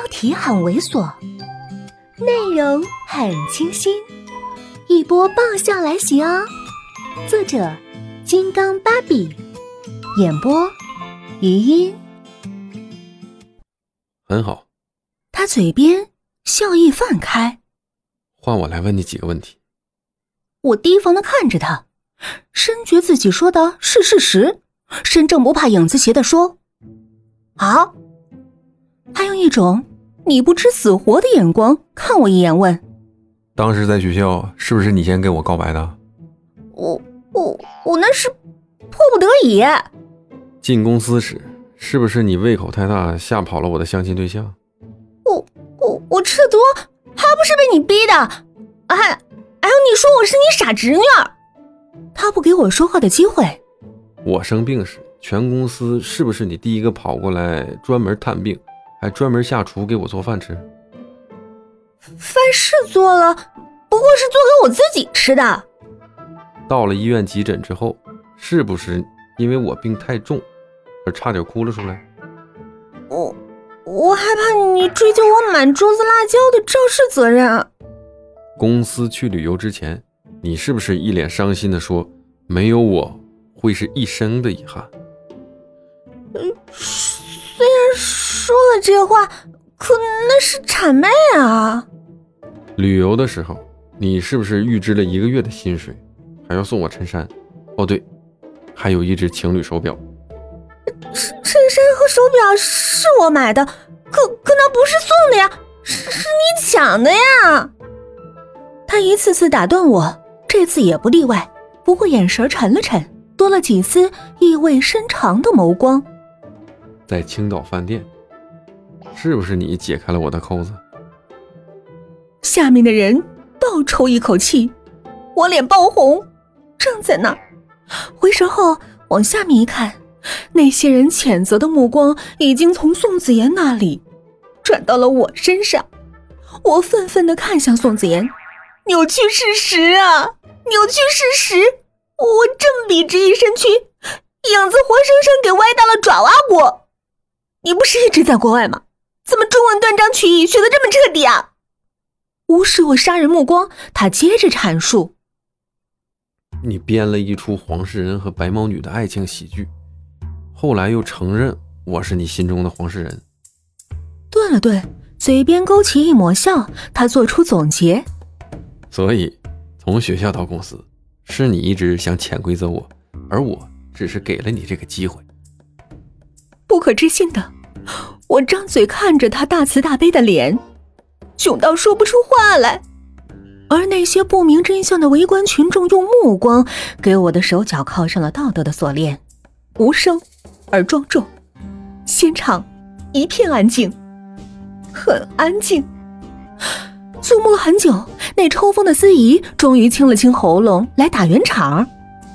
题很猥琐，内容很清新，一波爆笑来袭哦！作者：金刚芭比，演播：余音。 很好。 他嘴边笑意泛开。 换我来问你几个问题。 我提防地看着他，深觉自己说的是事实，身正不怕影子斜地说：好。他用一种你不知死活的眼光看我一眼，问： 当时在学校是不是你先跟我告白的？ 我那是迫不得已。 进公司时是不是你胃口太大吓跑了我的相亲对象？ 我吃得多，还不是被你逼的？还有你说我是你傻侄女儿。他不给我说话的机会。 我生病时全公司是不是你第一个跑过来专门探病，还专门下厨给我做饭吃？ 饭是做了，不过是做给我自己吃的。 到了医院急诊之后，是不是因为我病太重而差点哭了出来？ 我害怕你追究我满桌子辣椒的肇事责任。 公司去旅游之前，你是不是一脸伤心地说，没有我会是一生的遗憾？ 虽然说了这话，可那是谄媚啊。 旅游的时候，你是不是预支了1个月的薪水，还要送我衬衫？哦对，还有一只情侣手表。 衬衫和手表是我买的，可那不是送的呀，是你抢的呀。他一次次打断我，这次也不例外，不过眼神沉了沉，多了几丝意味深长的眸光。 在青岛饭店，是不是你解开了我的扣子？ 下面的人倒抽一口气，我脸爆红，站在那儿，回神后往下面一看，那些人谴责的目光已经从宋子妍那里转到了我身上。我愤愤地看向宋子妍，扭曲事实啊，扭曲事实！我正笔直一身躯，影子活生生给歪到了爪哇国。你不是一直在国外吗？怎么中文断章取义学得这么彻底啊？无视我杀人目光，他接着阐述： 你编了一出黄世仁和白毛女的爱情喜剧，后来又承认我是你心中的黄世仁。 顿了顿，嘴边勾起一抹笑，他做出总结： 所以从学校到公司，是你一直想潜规则我，而我只是给了你这个机会。 不可置信的，我张嘴看着他大慈大悲的脸，窘到说不出话来。而那些不明真相的围观群众用目光给我的手脚铐上了道德的锁链，无声而庄重，现场一片安静，很安静。肃穆了很久，那抽风的司仪终于清了清喉咙来打圆场。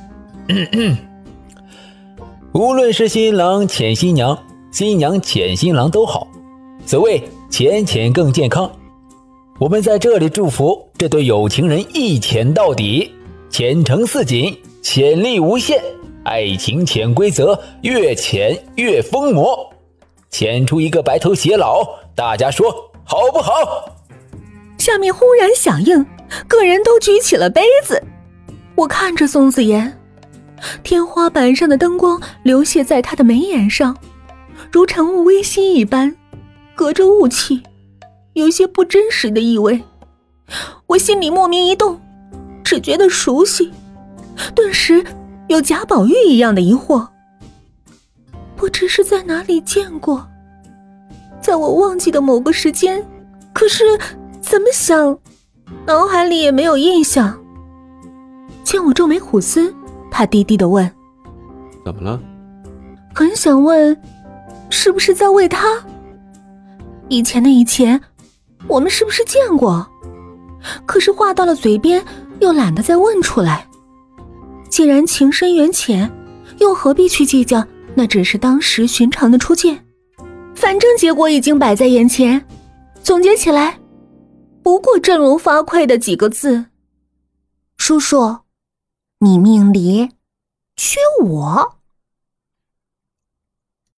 无论是新郎潜新娘，新娘潜新郎都好，所谓浅浅更健康。我们在这里祝福这对有情人一潜到底，前程似锦，潜力无限，爱情潜规则，越潜越疯魔，潜出一个白头偕老，大家说好不好？ 下面忽然响应，个人都举起了杯子。我看着宋子妍，天花板上的灯光流泻在她的眉眼上，如晨雾微曦一般，隔着雾气，有些不真实的意味。我心里莫名一动，只觉得熟悉，顿时有贾宝玉一样的疑惑，不知是在哪里见过，在我忘记的某个时间，可是怎么想脑海里也没有印象。见我皱眉苦思，他低低地问： 怎么了？ 很想问，是不是在为他？以前的以前，我们是不是见过？可是话到了嘴边，又懒得再问出来。既然情深缘浅，又何必去计较那只是当时寻常的初见？反正结果已经摆在眼前，总结起来，不过振聋发聩的几个字：叔叔，你命里缺我。